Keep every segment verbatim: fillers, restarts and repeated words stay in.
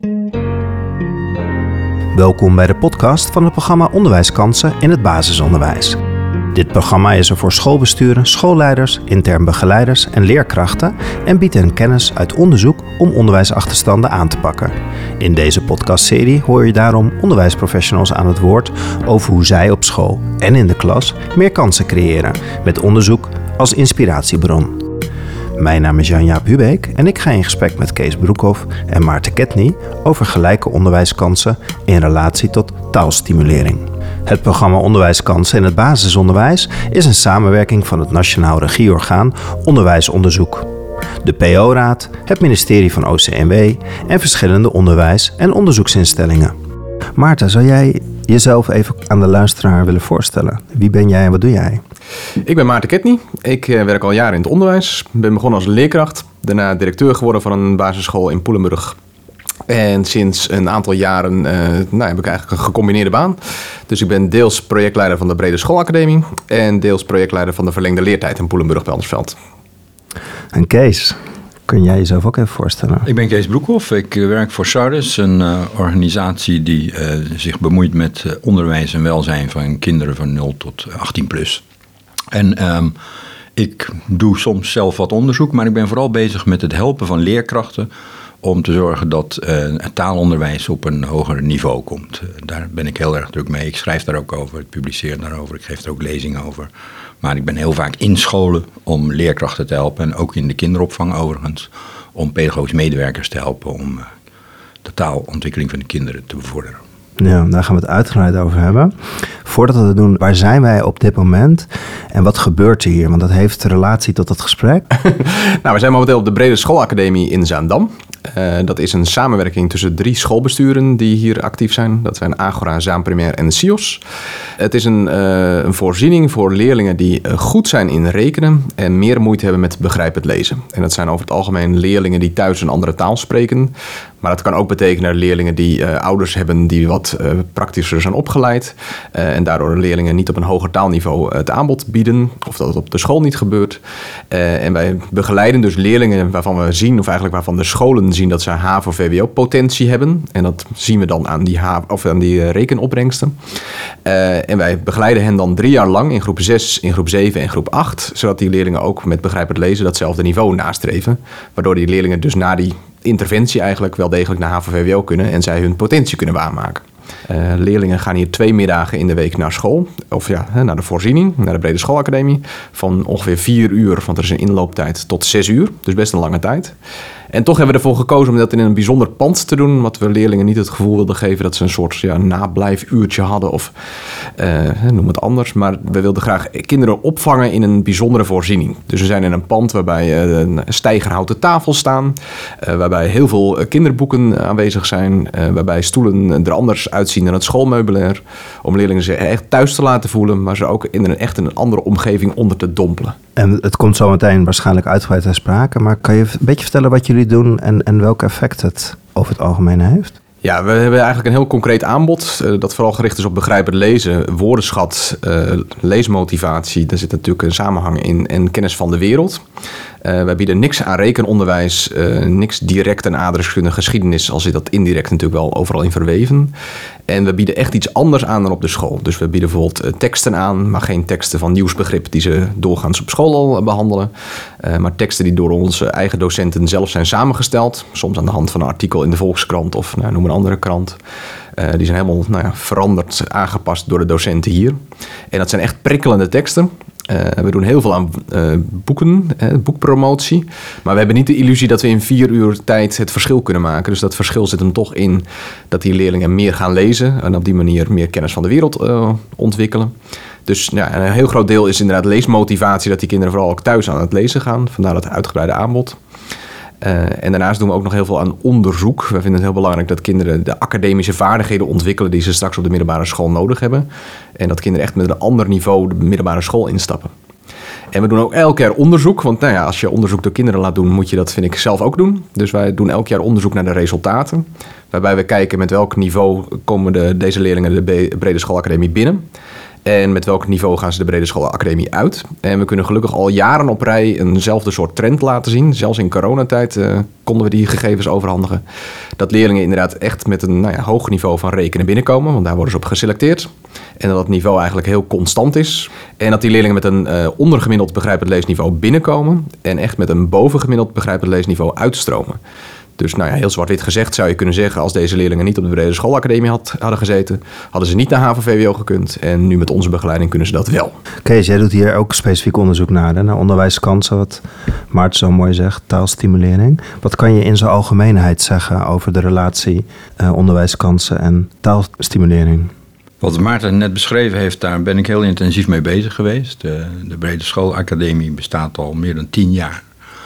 Welkom bij de podcast van het programma Onderwijskansen in het basisonderwijs. Dit programma is er voor schoolbesturen, schoolleiders, intern begeleiders en leerkrachten en biedt hen kennis uit onderzoek om onderwijsachterstanden aan te pakken. In deze podcastserie hoor je daarom onderwijsprofessionals aan het woord over hoe zij op school en in de klas meer kansen creëren, met onderzoek als inspiratiebron. Mijn naam is Jan-Jaap Hubeek en ik ga in gesprek met Kees Broekhoff en Maarten Ketny over gelijke onderwijskansen in relatie tot taalstimulering. Het programma Onderwijskansen in het basisonderwijs is een samenwerking van het Nationaal Regieorgaan Onderwijsonderzoek, de P O-raad, het ministerie van O C M W en verschillende onderwijs- en onderzoeksinstellingen. Maarten, zou jij jezelf even aan de luisteraar willen voorstellen? Wie ben jij en wat doe jij? Ik ben Maarten Ketny. Ik uh, werk al jaren in het onderwijs. Ben begonnen als leerkracht. Daarna directeur geworden van een basisschool in Poelenburg. En sinds een aantal jaren uh, nou, heb ik eigenlijk een gecombineerde baan. Dus ik ben deels projectleider van de Brede Schoolacademie en deels projectleider van de verlengde leertijd in Poelenburg bij Andersveld. En Kees, kun jij jezelf ook even voorstellen? Ik ben Kees Broekhoff. Ik uh, werk voor Sardis, een uh, organisatie die uh, zich bemoeit met uh, onderwijs en welzijn van kinderen van nul tot achttien plus. En um, ik doe soms zelf wat onderzoek, maar ik ben vooral bezig met het helpen van leerkrachten om te zorgen dat uh, het taalonderwijs op een hoger niveau komt. Uh, daar ben ik heel erg druk mee. Ik schrijf daar ook over, ik publiceer daarover, ik geef er ook lezingen over. Maar ik ben heel vaak in scholen om leerkrachten te helpen en ook in de kinderopvang overigens, om pedagogisch medewerkers te helpen om uh, de taalontwikkeling van de kinderen te bevorderen. Ja, daar gaan we het uitgebreid over hebben. Voordat we dat doen, waar zijn wij op dit moment en wat gebeurt er hier? Want dat heeft relatie tot het gesprek. Nou, we zijn momenteel op de Brede Schoolacademie in Zaandam. Uh, dat is een samenwerking tussen drie schoolbesturen die hier actief zijn. Dat zijn Agora, Zaanprimair en S I O S. Het is een, uh, een voorziening voor leerlingen die uh, goed zijn in rekenen en meer moeite hebben met begrijpend lezen. En dat zijn over het algemeen leerlingen die thuis een andere taal spreken. Maar dat kan ook betekenen leerlingen die uh, ouders hebben die wat uh, praktischer zijn opgeleid. Uh, en daardoor leerlingen niet op een hoger taalniveau het aanbod bieden. Of dat het op de school niet gebeurt. Uh, en wij begeleiden dus leerlingen waarvan we zien, of eigenlijk waarvan de scholen zien dat ze H A V O V W O-potentie hebben. En dat zien we dan aan die, H- of aan die uh, rekenopbrengsten. Uh, en wij begeleiden hen dan drie jaar lang in groep zes, in groep zeven en groep acht. Zodat die leerlingen ook met begrijpend lezen datzelfde niveau nastreven. Waardoor die leerlingen dus na die interventie eigenlijk wel degelijk naar H A V O V W O kunnen en zij hun potentie kunnen waarmaken. Uh, leerlingen gaan hier twee middagen in de week naar school, of ja, naar de voorziening, naar de Brede Schoolacademie, van ongeveer vier uur, want er is een inlooptijd, tot zes uur, dus best een lange tijd. En toch hebben we ervoor gekozen om dat in een bijzonder pand te doen, wat we leerlingen niet het gevoel wilden geven dat ze een soort ja, nablijfuurtje hadden of uh, noem het anders. Maar we wilden graag kinderen opvangen in een bijzondere voorziening. Dus we zijn in een pand waarbij uh, een steigerhouten tafels staan, uh, waarbij heel veel uh, kinderboeken aanwezig zijn, uh, waarbij stoelen er anders uitzien dan het schoolmeubilair, om leerlingen zich echt thuis te laten voelen, maar ze ook in een echt een andere omgeving onder te dompelen. En het komt zo meteen waarschijnlijk uitgebreid ter sprake, maar kan je een beetje vertellen wat jullie doen en, en welk effect het over het algemeen heeft? Ja, we hebben eigenlijk een heel concreet aanbod uh, dat vooral gericht is op begrijpend lezen, woordenschat, uh, leesmotivatie. Daar zit natuurlijk een samenhang in en kennis van de wereld. Uh, wij bieden niks aan rekenonderwijs, uh, niks direct aan aardrijkskunde, geschiedenis, al zit dat indirect natuurlijk wel overal in verweven. En we bieden echt iets anders aan dan op de school. Dus we bieden bijvoorbeeld uh, teksten aan, maar geen teksten van nieuwsbegrip die ze doorgaans op school al uh, behandelen. Uh, maar teksten die door onze eigen docenten zelf zijn samengesteld. Soms aan de hand van een artikel in de Volkskrant of nou, noem een andere krant. Uh, die zijn helemaal nou ja, veranderd, aangepast door de docenten hier. En dat zijn echt prikkelende teksten. Uh, we doen heel veel aan uh, boeken, uh, boekpromotie. Maar we hebben niet de illusie dat we in vier uur tijd het verschil kunnen maken. Dus dat verschil zit hem toch in dat die leerlingen meer gaan lezen. En op die manier meer kennis van de wereld uh, ontwikkelen. Dus ja, een heel groot deel is inderdaad leesmotivatie. Dat die kinderen vooral ook thuis aan het lezen gaan. Vandaar dat uitgebreide aanbod. Uh, en daarnaast doen we ook nog heel veel aan onderzoek. We vinden het heel belangrijk dat kinderen de academische vaardigheden ontwikkelen die ze straks op de middelbare school nodig hebben. En dat kinderen echt met een ander niveau de middelbare school instappen. En we doen ook elk jaar onderzoek. Want nou ja, als je onderzoek door kinderen laat doen, moet je dat, vind ik, zelf ook doen. Dus wij doen elk jaar onderzoek naar de resultaten. Waarbij we kijken met welk niveau komen de, deze leerlingen de Brede Schoolacademie binnen. En met welk niveau gaan ze de brede schoolacademie uit? En we kunnen gelukkig al jaren op rij eenzelfde soort trend laten zien. Zelfs in coronatijd uh, konden we die gegevens overhandigen. Dat leerlingen inderdaad echt met een nou ja, hoog niveau van rekenen binnenkomen. Want daar worden ze op geselecteerd. En dat het niveau eigenlijk heel constant is. En dat die leerlingen met een uh, ondergemiddeld begrijpend leesniveau binnenkomen. En echt met een bovengemiddeld begrijpend leesniveau uitstromen. Dus nou ja, heel zwart-wit gezegd zou je kunnen zeggen, als deze leerlingen niet op de brede schoolacademie had, hadden gezeten, hadden ze niet naar H A V O V W O gekund. En nu met onze begeleiding kunnen ze dat wel. Kees, jij doet hier ook specifiek onderzoek naar, hè? Naar onderwijskansen, wat Maarten zo mooi zegt, taalstimulering. Wat kan je in zijn algemeenheid zeggen over de relatie uh, onderwijskansen en taalstimulering? Wat Maarten net beschreven heeft, daar ben ik heel intensief mee bezig geweest. De, de brede schoolacademie bestaat al meer dan tien jaar.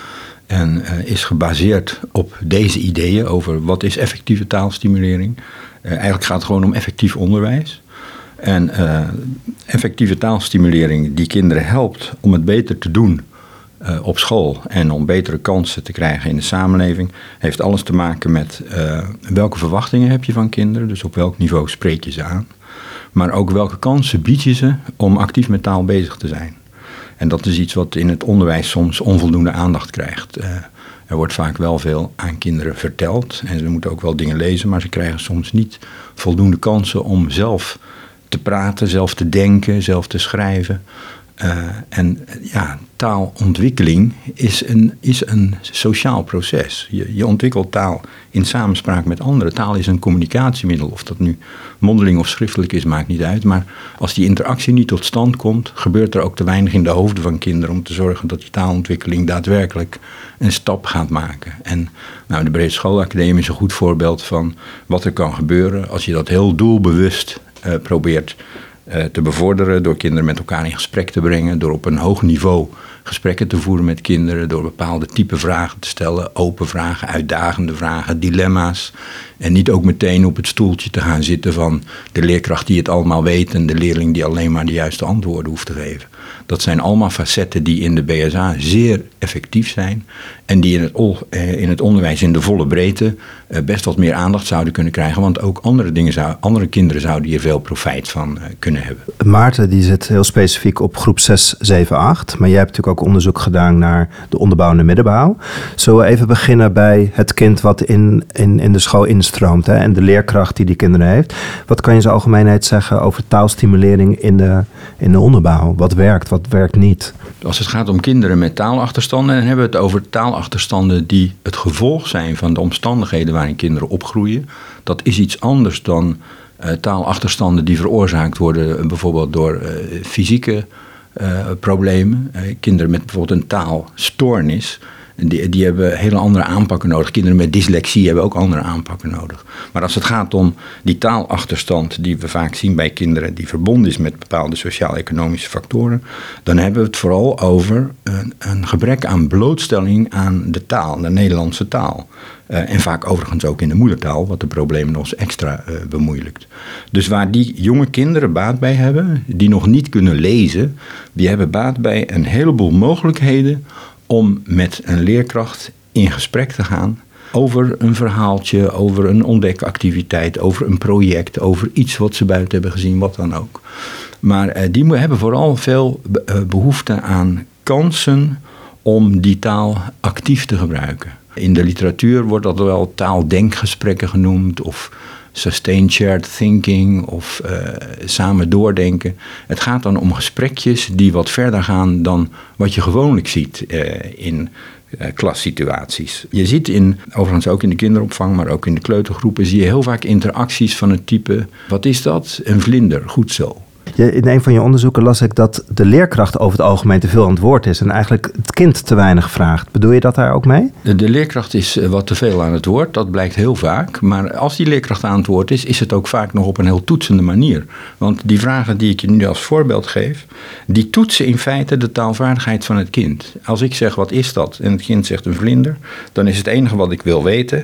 En uh, is gebaseerd op deze ideeën over wat is effectieve taalstimulering. Uh, eigenlijk gaat het gewoon om effectief onderwijs. En uh, effectieve taalstimulering die kinderen helpt om het beter te doen uh, op school. En om betere kansen te krijgen in de samenleving. Heeft alles te maken met uh, welke verwachtingen heb je van kinderen. Dus op welk niveau spreek je ze aan. Maar ook welke kansen bied je ze om actief met taal bezig te zijn. En dat is iets wat in het onderwijs soms onvoldoende aandacht krijgt. Uh, er wordt vaak wel veel aan kinderen verteld. En ze moeten ook wel dingen lezen, maar ze krijgen soms niet voldoende kansen om zelf te praten, zelf te denken, zelf te schrijven. Uh, en ja, taalontwikkeling is een, is een sociaal proces. Je, je ontwikkelt taal in samenspraak met anderen. Taal is een communicatiemiddel. Of dat nu mondeling of schriftelijk is, maakt niet uit. Maar als die interactie niet tot stand komt, gebeurt er ook te weinig in de hoofden van kinderen om te zorgen dat die taalontwikkeling daadwerkelijk een stap gaat maken. En nou, de Brede Schoolacademie is een goed voorbeeld van wat er kan gebeuren als je dat heel doelbewust uh, probeert Uh, te bevorderen, door kinderen met elkaar in gesprek te brengen, door op een hoog niveau gesprekken te voeren met kinderen, door bepaalde type vragen te stellen, open vragen, uitdagende vragen, dilemma's. En niet ook meteen op het stoeltje te gaan zitten van de leerkracht die het allemaal weet en de leerling die alleen maar de juiste antwoorden hoeft te geven. Dat zijn allemaal facetten die in de B S A zeer effectief zijn en die in het, in het onderwijs in de volle breedte best wat meer aandacht zouden kunnen krijgen. Want ook andere, dingen zou, andere kinderen zouden hier veel profijt van kunnen hebben. Maarten die zit heel specifiek op groep zes, zeven, acht. Maar jij hebt natuurlijk ook onderzoek gedaan naar de onderbouw en de middenbouw. Zullen we even beginnen bij het kind wat in, in, in de school instroomt, hè, en de leerkracht die die kinderen heeft. Wat kan je in zijn algemeenheid zeggen over taalstimulering in de, in de onderbouw? Wat werkt, wat werkt niet? Als het gaat om kinderen met taalachterstanden, dan hebben we het over taalachterstanden die het gevolg zijn van de omstandigheden waarin kinderen opgroeien. Dat is iets anders dan uh, taalachterstanden die veroorzaakt worden bijvoorbeeld door uh, fysieke uh, problemen. Uh, kinderen met bijvoorbeeld een taalstoornis, Die, die hebben hele andere aanpakken nodig. Kinderen met dyslexie hebben ook andere aanpakken nodig. Maar als het gaat om die taalachterstand die we vaak zien bij kinderen die verbonden is met bepaalde sociaal-economische factoren, dan hebben we het vooral over een, een gebrek aan blootstelling aan de taal, de Nederlandse taal. Uh, en vaak overigens ook in de moedertaal, wat de problemen nog eens extra uh, bemoeilijkt. Dus waar die jonge kinderen baat bij hebben, die nog niet kunnen lezen, die hebben baat bij een heleboel mogelijkheden om met een leerkracht in gesprek te gaan over een verhaaltje, over een ontdekactiviteit, over een project, over iets wat ze buiten hebben gezien, wat dan ook. Maar uh, die hebben vooral veel be- uh, behoefte aan kansen om die taal actief te gebruiken. In de literatuur wordt dat wel taaldenkgesprekken genoemd of sustained shared thinking of uh, samen doordenken. Het gaat dan om gesprekjes die wat verder gaan dan wat je gewoonlijk ziet uh, in uh, klassituaties. Je ziet in, overigens ook in de kinderopvang, maar ook in de kleutergroepen, zie je heel vaak interacties van het type, wat is dat? Een vlinder, goed zo. Je, in een van je onderzoeken las ik dat de leerkracht over het algemeen te veel aan het woord is en eigenlijk het kind te weinig vraagt. Bedoel je dat daar ook mee? De, de leerkracht is wat te veel aan het woord, dat blijkt heel vaak. Maar als die leerkracht aan het woord is, is het ook vaak nog op een heel toetsende manier. Want die vragen die ik je nu als voorbeeld geef, die toetsen in feite de taalvaardigheid van het kind. Als ik zeg, wat is dat? En het kind zegt een vlinder, dan is het enige wat ik wil weten,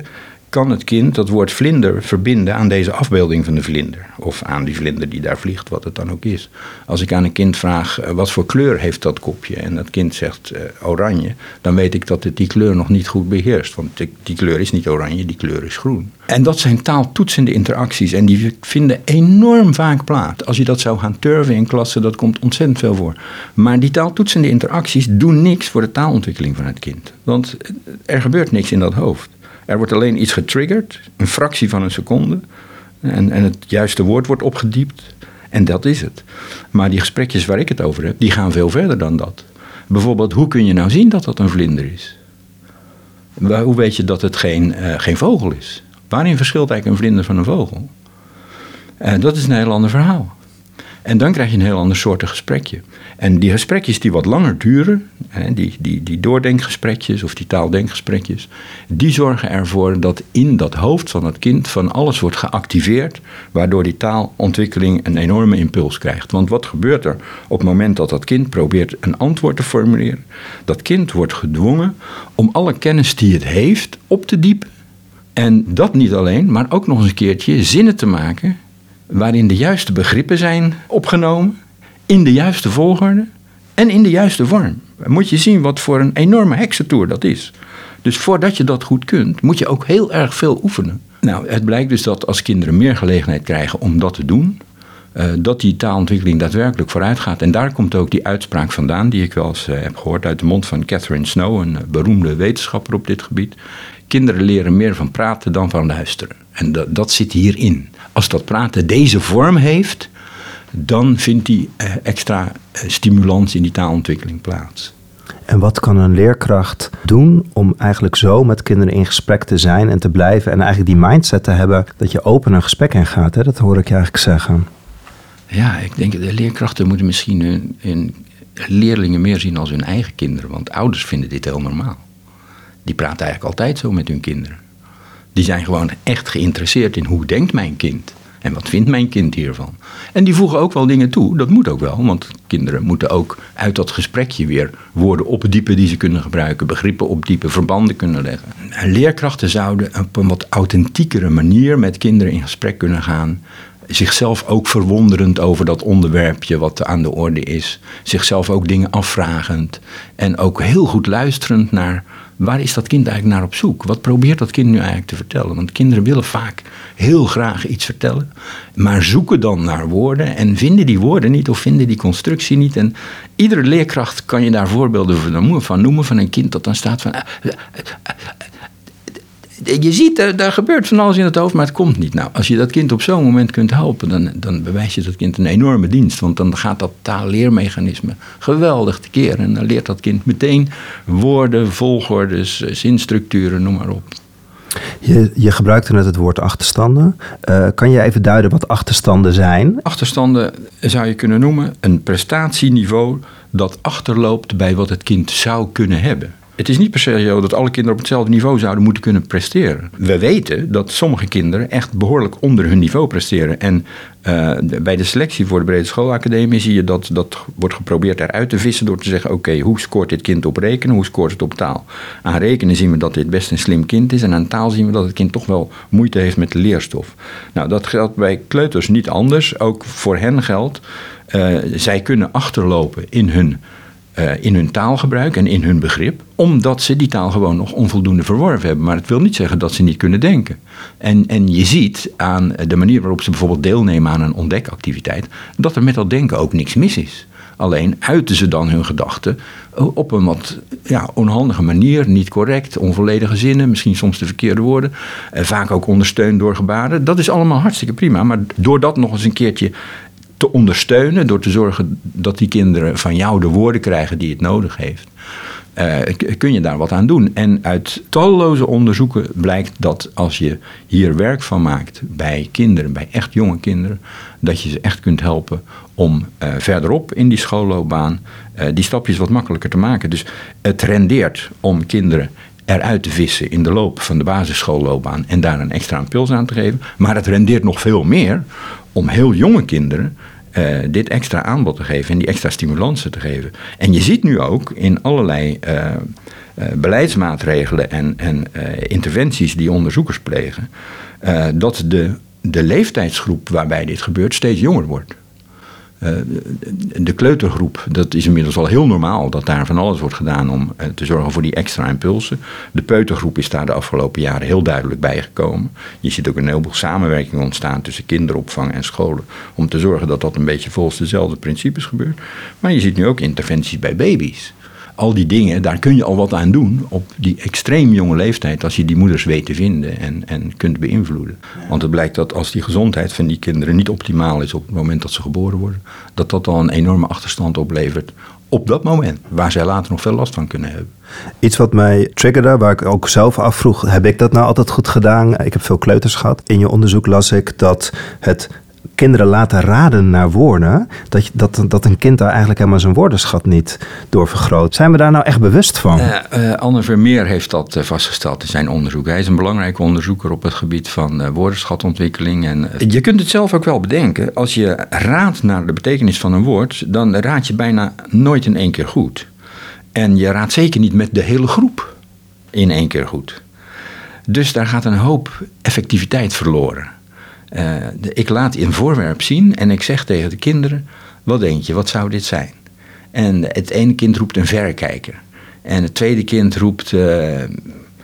kan het kind dat woord vlinder verbinden aan deze afbeelding van de vlinder. Of aan die vlinder die daar vliegt, wat het dan ook is. Als ik aan een kind vraag, uh, wat voor kleur heeft dat kopje? En dat kind zegt uh, oranje. Dan weet ik dat het die kleur nog niet goed beheerst. Want die, die kleur is niet oranje, die kleur is groen. En dat zijn taaltoetsende interacties. En die vinden enorm vaak plaats. Als je dat zou gaan turven in klassen, dat komt ontzettend veel voor. Maar die taaltoetsende interacties doen niks voor de taalontwikkeling van het kind. Want er gebeurt niks in dat hoofd. Er wordt alleen iets getriggerd, een fractie van een seconde. En, en het juiste woord wordt opgediept. En dat is het. Maar die gesprekjes waar ik het over heb, die gaan veel verder dan dat. Bijvoorbeeld, hoe kun je nou zien dat dat een vlinder is? Hoe weet je dat het geen, uh, geen vogel is? Waarin verschilt eigenlijk een vlinder van een vogel? Uh, dat is een heel ander verhaal. En dan krijg je een heel ander soort gesprekje. En die gesprekjes die wat langer duren, hè, die, die, die doordenkgesprekjes of die taaldenkgesprekjes, die zorgen ervoor dat in dat hoofd van het kind van alles wordt geactiveerd, waardoor die taalontwikkeling een enorme impuls krijgt. Want wat gebeurt er op het moment dat dat kind probeert een antwoord te formuleren? Dat kind wordt gedwongen om alle kennis die het heeft op te diepen. En dat niet alleen, maar ook nog eens een keertje zinnen te maken waarin de juiste begrippen zijn opgenomen, in de juiste volgorde en in de juiste vorm. Moet je zien wat voor een enorme heksentoer dat is. Dus voordat je dat goed kunt, moet je ook heel erg veel oefenen. Nou, het blijkt dus dat als kinderen meer gelegenheid krijgen om dat te doen, uh, dat die taalontwikkeling daadwerkelijk vooruit gaat. En daar komt ook die uitspraak vandaan, die ik wel eens uh, heb gehoord uit de mond van Catherine Snow, een uh, beroemde wetenschapper op dit gebied. Kinderen leren meer van praten dan van luisteren. En dat, dat zit hierin. Als dat praten deze vorm heeft, dan vindt die uh, extra uh, stimulans in die taalontwikkeling plaats. En wat kan een leerkracht doen om eigenlijk zo met kinderen in gesprek te zijn en te blijven en eigenlijk die mindset te hebben dat je open een gesprek in gaat, hè? Dat hoor ik je eigenlijk zeggen. Ja, ik denk de leerkrachten moeten misschien hun, hun leerlingen meer zien als hun eigen kinderen, want ouders vinden dit heel normaal. Die praten eigenlijk altijd zo met hun kinderen. Die zijn gewoon echt geïnteresseerd in hoe denkt mijn kind en wat vindt mijn kind hiervan. En die voegen ook wel dingen toe, dat moet ook wel, want kinderen moeten ook uit dat gesprekje weer woorden opdiepen die ze kunnen gebruiken, begrippen opdiepen, verbanden kunnen leggen. Leerkrachten zouden op een wat authentiekere manier met kinderen in gesprek kunnen gaan, zichzelf ook verwonderend over dat onderwerpje wat aan de orde is, zichzelf ook dingen afvragend en ook heel goed luisterend naar waar is dat kind eigenlijk naar op zoek? Wat probeert dat kind nu eigenlijk te vertellen? Want kinderen willen vaak heel graag iets vertellen, maar zoeken dan naar woorden en vinden die woorden niet of vinden die constructie niet. En iedere leerkracht kan je daar voorbeelden van noemen van een kind dat dan staat van je ziet, er, daar gebeurt van alles in het hoofd, maar het komt niet. Nou, als je dat kind op zo'n moment kunt helpen, dan, dan bewijs je dat kind een enorme dienst. Want dan gaat dat taalleermechanisme geweldig tekeer. En dan leert dat kind meteen woorden, volgordes, zinstructuren, noem maar op. Je, je gebruikte net het woord achterstanden. Uh, kan je even duiden wat achterstanden zijn? Achterstanden zou je kunnen noemen een prestatieniveau dat achterloopt bij wat het kind zou kunnen hebben. Het is niet per se zo dat alle kinderen op hetzelfde niveau zouden moeten kunnen presteren. We weten dat sommige kinderen echt behoorlijk onder hun niveau presteren. En uh, de, bij de selectie voor de Brede Schoolacademie zie je dat dat wordt geprobeerd eruit te vissen door te zeggen, oké, okay, hoe scoort dit kind op rekenen, hoe scoort het op taal? Aan rekenen zien we dat dit best een slim kind is en aan taal zien we dat het kind toch wel moeite heeft met de leerstof. Nou, dat geldt bij kleuters niet anders. Ook voor hen geldt, uh, zij kunnen achterlopen in hun Uh, in hun taalgebruik en in hun begrip, omdat ze die taal gewoon nog onvoldoende verworven hebben. Maar het wil niet zeggen dat ze niet kunnen denken. En, en je ziet aan de manier waarop ze bijvoorbeeld deelnemen aan een ontdekactiviteit, dat er met dat denken ook niks mis is. Alleen uiten ze dan hun gedachten op een wat ja, onhandige manier, niet correct, onvolledige zinnen, misschien soms de verkeerde woorden, uh, vaak ook ondersteund door gebaren. Dat is allemaal hartstikke prima, maar door dat nog eens een keertje te ondersteunen, door te zorgen dat die kinderen van jou de woorden krijgen die het nodig heeft, uh, kun je daar wat aan doen. En uit talloze onderzoeken blijkt dat als je hier werk van maakt bij kinderen, bij echt jonge kinderen, dat je ze echt kunt helpen om uh, verderop in die schoolloopbaan uh, die stapjes wat makkelijker te maken. Dus het rendeert om kinderen eruit te vissen in de loop van de basisschoolloopbaan en daar een extra impuls aan te geven. Maar het rendeert nog veel meer om heel jonge kinderen uh, dit extra aanbod te geven en die extra stimulansen te geven. En je ziet nu ook in allerlei uh, uh, beleidsmaatregelen en, en uh, interventies die onderzoekers plegen, uh, dat de, de leeftijdsgroep waarbij dit gebeurt steeds jonger wordt. Uh, de kleutergroep, dat is inmiddels al heel normaal dat daar van alles wordt gedaan om uh, te zorgen voor die extra impulsen. De peutergroep is daar de afgelopen jaren heel duidelijk bijgekomen. Je ziet ook een heleboel samenwerking ontstaan tussen kinderopvang en scholen om te zorgen dat dat een beetje volgens dezelfde principes gebeurt. Maar je ziet nu ook interventies bij baby's. Al die dingen, daar kun je al wat aan doen op die extreem jonge leeftijd als je die moeders weet te vinden en, en kunt beïnvloeden. Want het blijkt dat als die gezondheid van die kinderen niet optimaal is op het moment dat ze geboren worden, dat dat al een enorme achterstand oplevert op dat moment, waar zij later nog veel last van kunnen hebben. Iets wat mij triggerde, waar ik ook zelf afvroeg, heb ik dat nou altijd goed gedaan? Ik heb veel kleuters gehad. In je onderzoek las ik dat het kinderen laten raden naar woorden, dat, dat, dat een kind daar eigenlijk helemaal zijn woordenschat niet door vergroot. Zijn we daar nou echt bewust van? Uh, uh, Anne Vermeer heeft dat uh, vastgesteld in zijn onderzoek. Hij is een belangrijke onderzoeker op het gebied van uh, woordenschatontwikkeling. En, uh, je kunt het zelf ook wel bedenken. Als je raadt naar de betekenis van een woord, dan raad je bijna nooit in één keer goed. En je raadt zeker niet met de hele groep in één keer goed. Dus daar gaat een hoop effectiviteit verloren. Uh, de, ik laat een voorwerp zien en ik zeg tegen de kinderen, wat denk je, wat zou dit zijn? En het ene kind roept een verrekijker. En het tweede kind roept, uh, uh,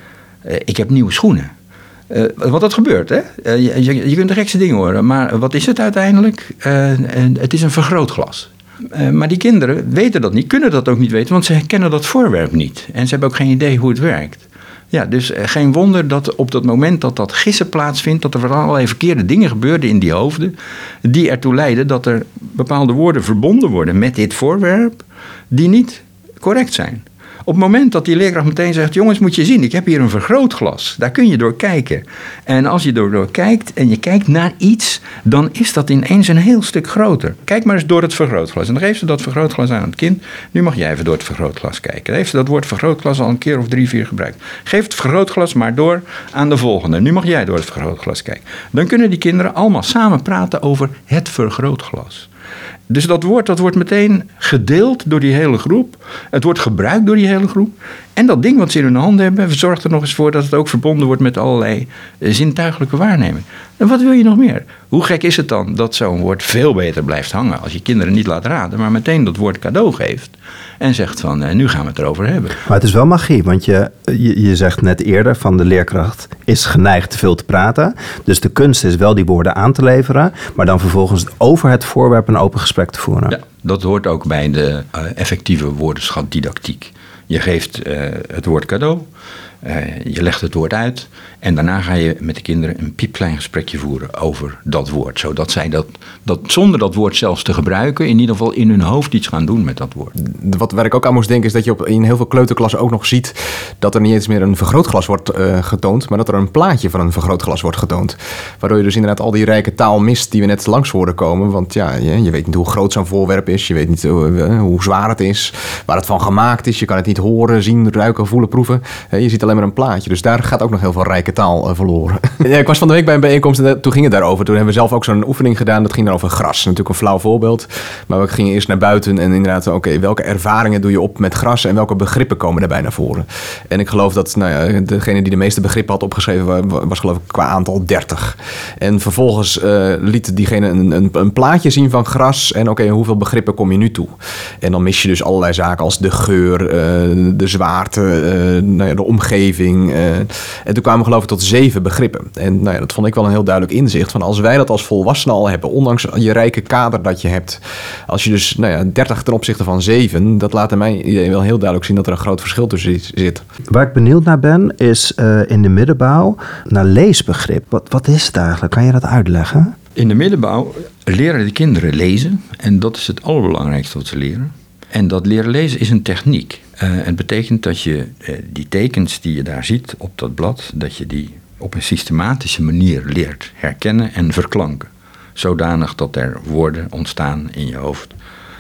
ik heb nieuwe schoenen. Uh, wat dat gebeurt, hè? Uh, je, je kunt de gekste dingen horen, maar wat is het uiteindelijk? Uh, uh, het is een vergrootglas. Uh, maar die kinderen weten dat niet, kunnen dat ook niet weten, want ze kennen dat voorwerp niet. En ze hebben ook geen idee hoe het werkt. Ja, dus geen wonder dat op dat moment dat dat gissen plaatsvindt, dat er van allerlei verkeerde dingen gebeurden in die hoofden, die ertoe leiden dat er bepaalde woorden verbonden worden met dit voorwerp, die niet correct zijn. Op het moment dat die leerkracht meteen zegt, jongens, moet je zien, ik heb hier een vergrootglas. Daar kun je door kijken. En als je door, door kijkt en je kijkt naar iets, dan is dat ineens een heel stuk groter. Kijk maar eens door het vergrootglas. En dan geeft ze dat vergrootglas aan het kind. Nu mag jij even door het vergrootglas kijken. Dan heeft ze dat woord vergrootglas al een keer of drie, vier gebruikt. Geef het vergrootglas maar door aan de volgende. Nu mag jij door het vergrootglas kijken. Dan kunnen die kinderen allemaal samen praten over het vergrootglas. Dus dat woord, dat wordt meteen gedeeld door die hele groep. Het wordt gebruikt door die hele groep. En dat ding wat ze in hun handen hebben, zorgt er nog eens voor dat het ook verbonden wordt met allerlei zintuigelijke waarneming. En wat wil je nog meer? Hoe gek is het dan dat zo'n woord veel beter blijft hangen als je kinderen niet laat raden, maar meteen dat woord cadeau geeft en zegt van, eh, nu gaan we het erover hebben. Maar het is wel magie, want je, je, je zegt net eerder van de leerkracht is geneigd te veel te praten. Dus de kunst is wel die woorden aan te leveren, maar dan vervolgens over het voorwerp een open gesprek te voeren. Ja, dat hoort ook bij de uh, effectieve woordenschatdidactiek. Je geeft uh, het woord cadeau, uh, je legt het woord uit en daarna ga je met de kinderen een piepklein gesprekje voeren over dat woord. Zodat zij dat, dat zonder dat woord zelfs te gebruiken, in ieder geval in hun hoofd iets gaan doen met dat woord. Wat, waar ik ook aan moest denken is dat je op, in heel veel kleuterklassen ook nog ziet dat er niet eens meer een vergrootglas wordt uh, getoond, maar dat er een plaatje van een vergrootglas wordt getoond. Waardoor je dus inderdaad al die rijke taal mist die we net langs hoorden komen. Want ja, je, je weet niet hoe groot zo'n voorwerp is, je weet niet uh, hoe zwaar het is, waar het van gemaakt is. Je kan het niet horen, zien, ruiken, voelen, proeven. Uh, je ziet alleen maar een plaatje. Dus daar gaat ook nog heel veel rijke taal uh, verloren. Ja, ik was van de week bij een bijeenkomst en toen ging het daarover. Toen hebben we zelf ook zo'n oefening gedaan. Dat ging dan over gras. Natuurlijk een flauw voorbeeld. Maar we gingen eerst naar buiten en inderdaad, oké, okay, welke ervaringen doe je op met gras en welke begrippen komen daarbij naar voren? En ik geloof dat, nou ja, degene die de meeste begrippen had opgeschreven was, was geloof ik qua aantal dertig. En vervolgens uh, liet diegene een, een, een plaatje zien van gras en oké, okay, hoeveel begrippen kom je nu toe? En dan mis je dus allerlei zaken als de geur, uh, de zwaarte, uh, nou ja, de omgeving. Uh, en toen kwamen we geloof ik tot zeven begrippen. En nou ja, dat vond ik wel een heel duidelijk inzicht van als wij dat als volwassenen al hebben, ondanks je rijke kader dat je hebt. Als je dus nou ja, dertig ten opzichte van zeven, dat laat in mijn idee wel heel duidelijk zien dat er een groot verschil tussen zit. Waar ik benieuwd naar ben, is uh, in de middenbouw naar leesbegrip. Wat, wat is het eigenlijk? Kan je dat uitleggen? In de middenbouw leren de kinderen lezen en dat is het allerbelangrijkste wat ze leren. En dat leren lezen is een techniek. Uh, het betekent dat je uh, die tekens die je daar ziet op dat blad, dat je die op een systematische manier leert herkennen en verklanken. Zodanig dat er woorden ontstaan in je hoofd.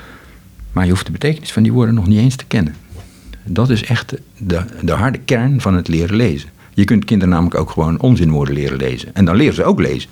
Maar je hoeft de betekenis van die woorden nog niet eens te kennen. Dat is echt de, de harde kern van het leren lezen. Je kunt kinderen namelijk ook gewoon onzinwoorden leren lezen. En dan leren ze ook lezen.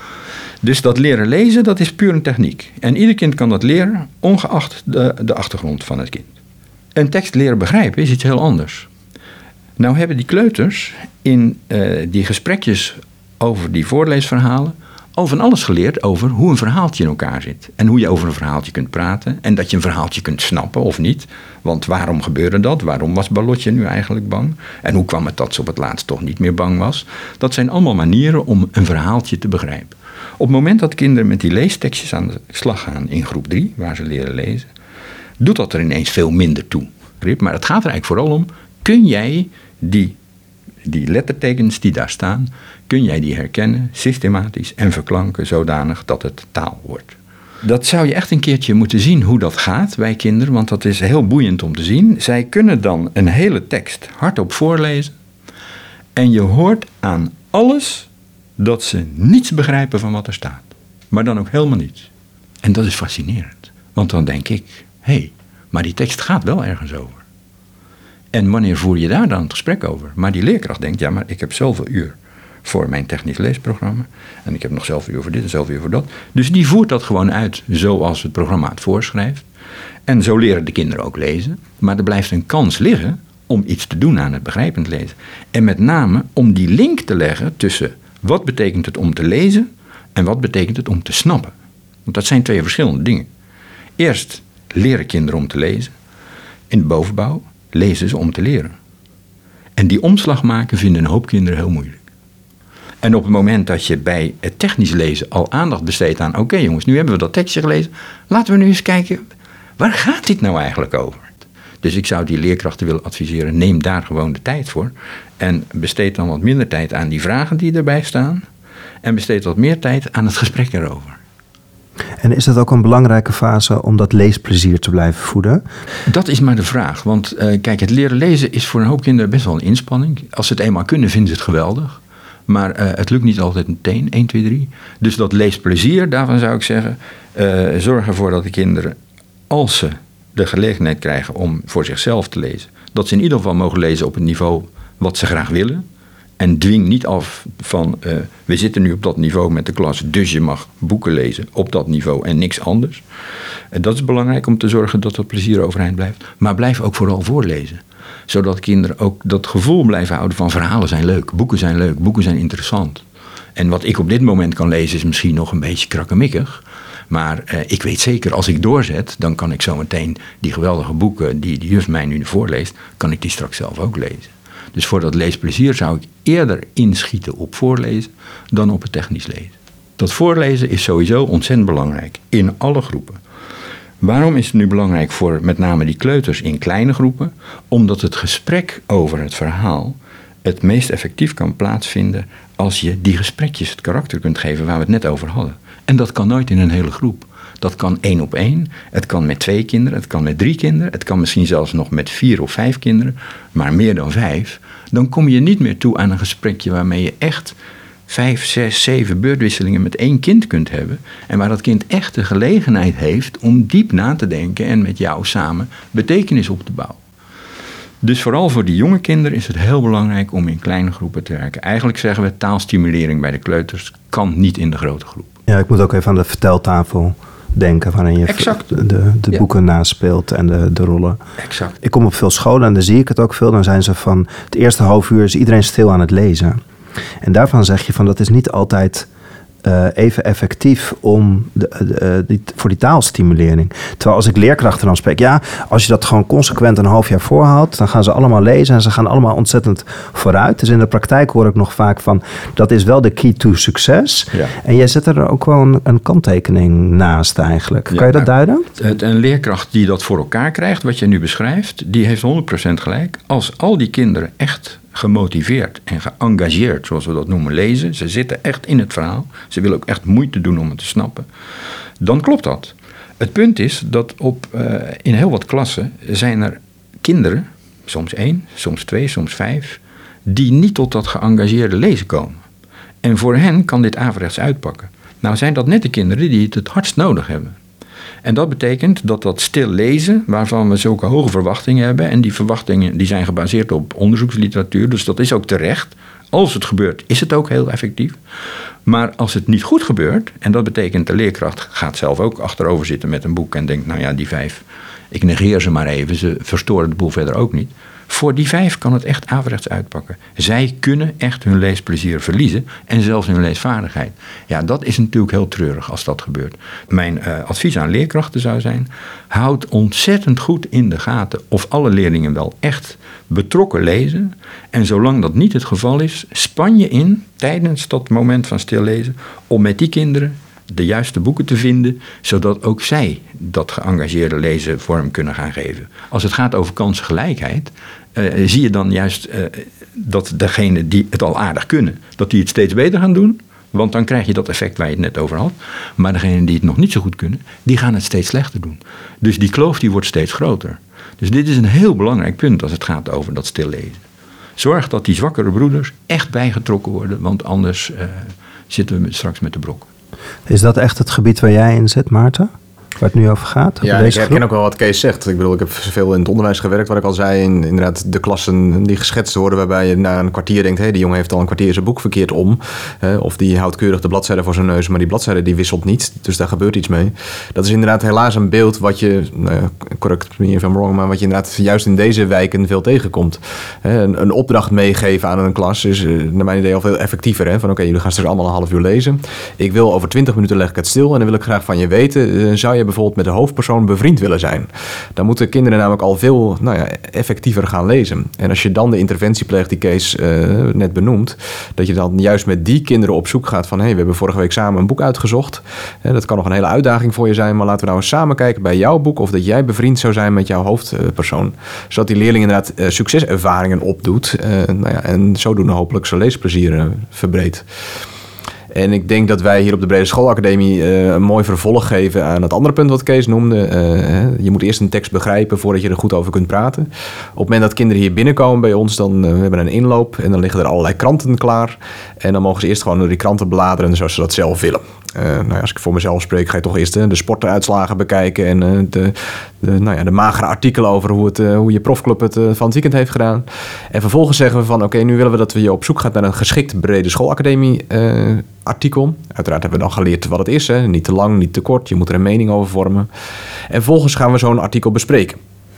Dus dat leren lezen, dat is puur een techniek. En ieder kind kan dat leren, ongeacht de, de achtergrond van het kind. Een tekst leren begrijpen is iets heel anders. Nou hebben die kleuters in uh, die gesprekjes over die voorleesverhalen al van alles geleerd over hoe een verhaaltje in elkaar zit. En hoe je over een verhaaltje kunt praten. En dat je een verhaaltje kunt snappen of niet. Want waarom gebeurde dat? Waarom was Ballotje nu eigenlijk bang? En hoe kwam het dat ze op het laatst toch niet meer bang was? Dat zijn allemaal manieren om een verhaaltje te begrijpen. Op het moment dat kinderen met die leestekstjes aan de slag gaan in groep drie, waar ze leren lezen, doet dat er ineens veel minder toe. Maar het gaat er eigenlijk vooral om, kun jij die, die lettertekens die daar staan, kun jij die herkennen, systematisch en verklanken zodanig dat het taal wordt. Dat zou je echt een keertje moeten zien hoe dat gaat bij kinderen, want dat is heel boeiend om te zien. Zij kunnen dan een hele tekst hardop voorlezen en je hoort aan alles dat ze niets begrijpen van wat er staat. Maar dan ook helemaal niets. En dat is fascinerend, want dan denk ik, hé, hey, maar die tekst gaat wel ergens over. En wanneer voer je daar dan het gesprek over? Maar die leerkracht denkt, ja, maar ik heb zoveel uur voor mijn technisch leesprogramma. En ik heb nog zoveel uur voor dit en zoveel uur voor dat. Dus die voert dat gewoon uit zoals het programma het voorschrijft. En zo leren de kinderen ook lezen. Maar er blijft een kans liggen om iets te doen aan het begrijpend lezen. En met name om die link te leggen tussen wat betekent het om te lezen en wat betekent het om te snappen. Want dat zijn twee verschillende dingen. Eerst leren kinderen om te lezen. In de bovenbouw lezen ze om te leren. En die omslag maken vinden een hoop kinderen heel moeilijk. En op het moment dat je bij het technisch lezen al aandacht besteedt aan, oké okay jongens, nu hebben we dat tekstje gelezen, laten we nu eens kijken, waar gaat dit nou eigenlijk over? Dus ik zou die leerkrachten willen adviseren, neem daar gewoon de tijd voor. En besteed dan wat minder tijd aan die vragen die erbij staan. En besteed wat meer tijd aan het gesprek erover. En is dat ook een belangrijke fase om dat leesplezier te blijven voeden? Dat is maar de vraag. Want uh, kijk, het leren lezen is voor een hoop kinderen best wel een inspanning. Als ze het eenmaal kunnen, vinden ze het geweldig. Maar uh, het lukt niet altijd meteen, één, twee, drie. Dus dat leesplezier, daarvan zou ik zeggen, uh, zorg ervoor dat de kinderen, als ze de gelegenheid krijgen om voor zichzelf te lezen, dat ze in ieder geval mogen lezen op het niveau wat ze graag willen. En dwing niet af van, uh, we zitten nu op dat niveau met de klas, dus je mag boeken lezen op dat niveau en niks anders. En dat is belangrijk om te zorgen dat dat plezier overeind blijft. Maar blijf ook vooral voorlezen. Zodat kinderen ook dat gevoel blijven houden van verhalen zijn leuk, boeken zijn leuk, boeken zijn interessant. En wat ik op dit moment kan lezen is misschien nog een beetje krakkemikkig. Maar uh, ik weet zeker, als ik doorzet, dan kan ik zo meteen die geweldige boeken die de juf mij nu voorleest, kan ik die straks zelf ook lezen. Dus voor dat leesplezier zou ik eerder inschieten op voorlezen dan op het technisch lezen. Dat voorlezen is sowieso ontzettend belangrijk in alle groepen. Waarom is het nu belangrijk voor met name die kleuters in kleine groepen? Omdat het gesprek over het verhaal het meest effectief kan plaatsvinden als je die gesprekjes het karakter kunt geven waar we het net over hadden. En dat kan nooit in een hele groep. Dat kan één op één, het kan met twee kinderen, het kan met drie kinderen, het kan misschien zelfs nog met vier of vijf kinderen, maar meer dan vijf. Dan kom je niet meer toe aan een gesprekje waarmee je echt vijf, zes, zeven beurtwisselingen met één kind kunt hebben. En waar dat kind echt de gelegenheid heeft om diep na te denken en met jou samen betekenis op te bouwen. Dus vooral voor die jonge kinderen is het heel belangrijk om in kleine groepen te werken. Eigenlijk zeggen we taalstimulering bij de kleuters kan niet in de grote groep. Ja, ik moet ook even aan de verteltafel denken waarin je exact. de, de, de boeken ja. naspeelt en de, de rollen. Exact. Ik kom op veel scholen en dan zie ik het ook veel. Dan zijn ze van het eerste half uur is iedereen stil aan het lezen. En daarvan zeg je van dat is niet altijd uh, even effectief om de, de, die, voor die taalstimulering. Terwijl als ik leerkrachten dan spreek, ja, als je dat gewoon consequent een half jaar voorhoudt, dan gaan ze allemaal lezen en ze gaan allemaal ontzettend vooruit. Dus in de praktijk hoor ik nog vaak van, dat is wel de key to succes. Ja. En jij zet er ook wel een, een kanttekening naast eigenlijk. Ja, kan je dat nou, duiden? Het, een leerkracht die dat voor elkaar krijgt, wat je nu beschrijft, die heeft honderd procent gelijk. Als al die kinderen echt gemotiveerd en geëngageerd, zoals we dat noemen, lezen. Ze zitten echt in het verhaal. Ze willen ook echt moeite doen om het te snappen. Dan klopt dat. Het punt is dat op, uh, in heel wat klassen zijn er kinderen, soms één, soms twee, soms vijf, die niet tot dat geëngageerde lezen komen. En voor hen kan dit averechts uitpakken. Nou zijn dat net de kinderen die het het hardst nodig hebben. En dat betekent dat dat stil lezen, waarvan we zulke hoge verwachtingen hebben, en die verwachtingen die zijn gebaseerd op onderzoeksliteratuur, dus dat is ook terecht. Als het gebeurt, is het ook heel effectief. Maar als het niet goed gebeurt, en dat betekent de leerkracht gaat zelf ook achterover zitten met een boek en denkt, nou ja, die vijf, ik negeer ze maar even, ze verstoren de boel verder ook niet. Voor die vijf kan het echt averechts uitpakken. Zij kunnen echt hun leesplezier verliezen en zelfs hun leesvaardigheid. Ja, dat is natuurlijk heel treurig als dat gebeurt. Mijn uh, advies aan leerkrachten zou zijn, houd ontzettend goed in de gaten of alle leerlingen wel echt betrokken lezen. En zolang dat niet het geval is, span je in tijdens dat moment van stillezen om met die kinderen de juiste boeken te vinden, zodat ook zij dat geëngageerde lezen vorm kunnen gaan geven. Als het gaat over kansengelijkheid, uh, zie je dan juist uh, dat degenen die het al aardig kunnen, dat die het steeds beter gaan doen, want dan krijg je dat effect waar je het net over had. Maar degenen die het nog niet zo goed kunnen, die gaan het steeds slechter doen. Dus die kloof die wordt steeds groter. Dus dit is een heel belangrijk punt als het gaat over dat stillezen. Zorg dat die zwakkere broeders echt bijgetrokken worden, want anders uh, zitten we straks met de brok. Is dat echt het gebied waar jij in zit, Maarten? Waar het nu over gaat? Ja, ik herken ook wel wat Kees zegt. Ik bedoel, ik heb veel in het onderwijs gewerkt, wat ik al zei. In, inderdaad, de klassen die geschetst worden, waarbij je na een kwartier denkt, hé, hey, die jongen heeft al een kwartier zijn boek verkeerd om. Hè, of die houdt keurig de bladzijde voor zijn neus, maar die bladzijde die wisselt niet. Dus daar gebeurt iets mee. Dat is inderdaad helaas een beeld wat je, nou ja, correct me if I'm wrong, maar wat je inderdaad juist in deze wijken veel tegenkomt. Hè, een, een opdracht meegeven aan een klas is naar mijn idee al veel effectiever. Hè? Van oké, okay, jullie gaan straks allemaal een half uur lezen. Ik wil over twintig minuten leg ik het stil en dan wil ik graag van je weten, uh, zou je bijvoorbeeld met de hoofdpersoon bevriend willen zijn. Dan moeten kinderen namelijk al veel nou ja, effectiever gaan lezen. En als je dan de interventie pleegt die Kees uh, net benoemt, dat je dan juist met die kinderen op zoek gaat van hé, hey, we hebben vorige week samen een boek uitgezocht. Uh, dat kan nog een hele uitdaging voor je zijn, maar laten we nou eens samen kijken bij jouw boek of dat jij bevriend zou zijn met jouw hoofdpersoon. Zodat die leerling inderdaad uh, succeservaringen opdoet uh, nou ja, en zodoende hopelijk zijn leesplezier uh, verbreedt. En ik denk dat wij hier op de Brede Schoolacademie uh, een mooi vervolg geven aan het andere punt wat Kees noemde. Uh, je moet eerst een tekst begrijpen voordat je er goed over kunt praten. Op het moment dat kinderen hier binnenkomen bij ons, dan uh, we hebben een inloop en dan liggen er allerlei kranten klaar. En dan mogen ze eerst gewoon door die kranten bladeren zoals ze dat zelf willen. Uh, nou ja, als ik voor mezelf spreek, ga je toch eerst uh, de sportuitslagen bekijken en uh, de, de, nou ja, de magere artikelen over hoe, het, uh, hoe je profclub het uh, van het weekend heeft gedaan. En vervolgens zeggen we van oké, okay, nu willen we dat we je op zoek gaan naar een geschikt Brede Schoolacademie uh, artikel. Uiteraard hebben we dan geleerd wat het is. Hè? Niet te lang, niet te kort. Je moet er een mening over vormen. En vervolgens gaan we zo'n artikel bespreken.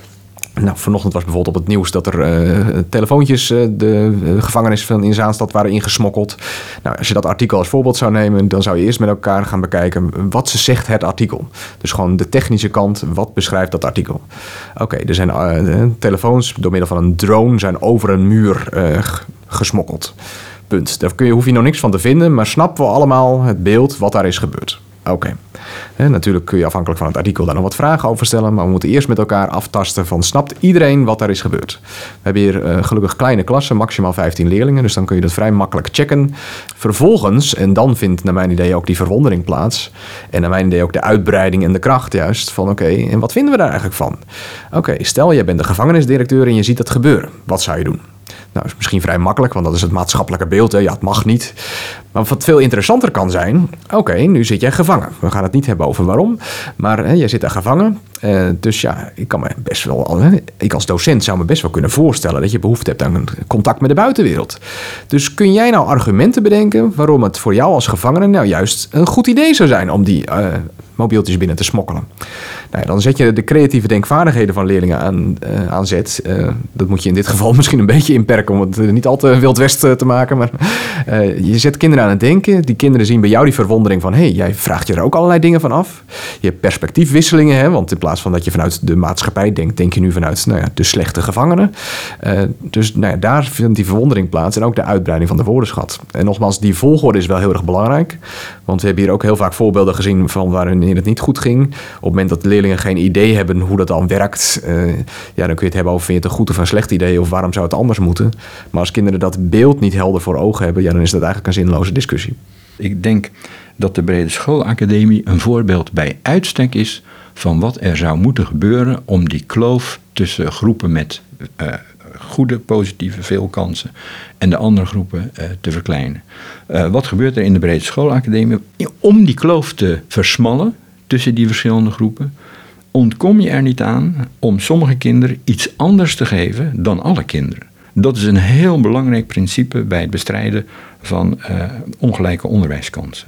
Nou, vanochtend was bijvoorbeeld op het nieuws dat er uh, telefoontjes uh, de uh, gevangenis van in Zaanstad waren ingesmokkeld. Nou, als je dat artikel als voorbeeld zou nemen, dan zou je eerst met elkaar gaan bekijken wat ze zegt het artikel. Dus gewoon de technische kant, wat beschrijft dat artikel. Oké, okay, er zijn uh, telefoons door middel van een drone zijn over een muur uh, gesmokkeld. Punt. Daar kun je, hoef je nog niks van te vinden, maar snappen we allemaal het beeld wat daar is gebeurd. Oké. Okay. Natuurlijk kun je afhankelijk van het artikel daar nog wat vragen over stellen, maar we moeten eerst met elkaar aftasten van snapt iedereen wat daar is gebeurd. We hebben hier uh, gelukkig kleine klassen, maximaal vijftien leerlingen, dus dan kun je dat vrij makkelijk checken. Vervolgens, en dan vindt naar mijn idee ook die verwondering plaats, en naar mijn idee ook de uitbreiding en de kracht juist, van oké, okay, en wat vinden we daar eigenlijk van? Oké, okay, stel jij bent de gevangenisdirecteur en je ziet dat gebeuren. Wat zou je doen? Nou, dat is misschien vrij makkelijk, want dat is het maatschappelijke beeld. Hè? Ja, het mag niet. Maar wat veel interessanter kan zijn, oké, okay, nu zit jij gevangen. We gaan het niet hebben over waarom, maar hè, jij zit daar gevangen. Uh, dus ja, ik kan me best wel, hè, ik als docent zou me best wel kunnen voorstellen dat je behoefte hebt aan een contact met de buitenwereld. Dus kun jij nou argumenten bedenken waarom het voor jou als gevangene nou juist een goed idee zou zijn om die uh, mobieltjes binnen te smokkelen? Nou ja, dan zet je de creatieve denkvaardigheden van leerlingen aan, uh, aan zet. Uh, dat moet je in dit geval misschien een beetje inperken om het uh, niet al te wild west uh, te maken. Maar uh, je zet kinderen aan het denken. Die kinderen zien bij jou die verwondering van, hé, hey, jij vraagt je er ook allerlei dingen van af. Je hebt perspectiefwisselingen, hè, want in plaats van dat je vanuit de maatschappij denkt, denk je nu vanuit nou ja, de slechte gevangenen. Uh, dus nou ja, daar vindt die verwondering plaats en ook de uitbreiding van de woordenschat. En nogmaals, die volgorde is wel heel erg belangrijk. Want we hebben hier ook heel vaak voorbeelden gezien van waarin het niet goed ging. Op het moment dat leerlingen geen idee hebben hoe dat dan werkt, uh, ja, dan kun je het hebben over vind je het een goed of een slecht idee of waarom zou het anders moeten. Maar als kinderen dat beeld niet helder voor ogen hebben, ja, dan is dat eigenlijk een zinloze discussie. Ik denk dat de Brede Schoolacademie een voorbeeld bij uitstek is van wat er zou moeten gebeuren om die kloof tussen groepen met uh, goede, positieve, veel kansen en de andere groepen uh, te verkleinen. Uh, wat gebeurt er in de Brede Schoolacademie? Om die kloof te versmallen tussen die verschillende groepen, ontkom je er niet aan om sommige kinderen iets anders te geven dan alle kinderen. Dat is een heel belangrijk principe bij het bestrijden van uh, ongelijke onderwijskansen.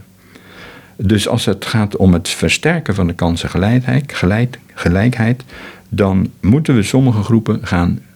Dus als het gaat om het versterken van de kansengelijkheid, gelijk, gelijkheid, dan moeten we sommige groepen gaan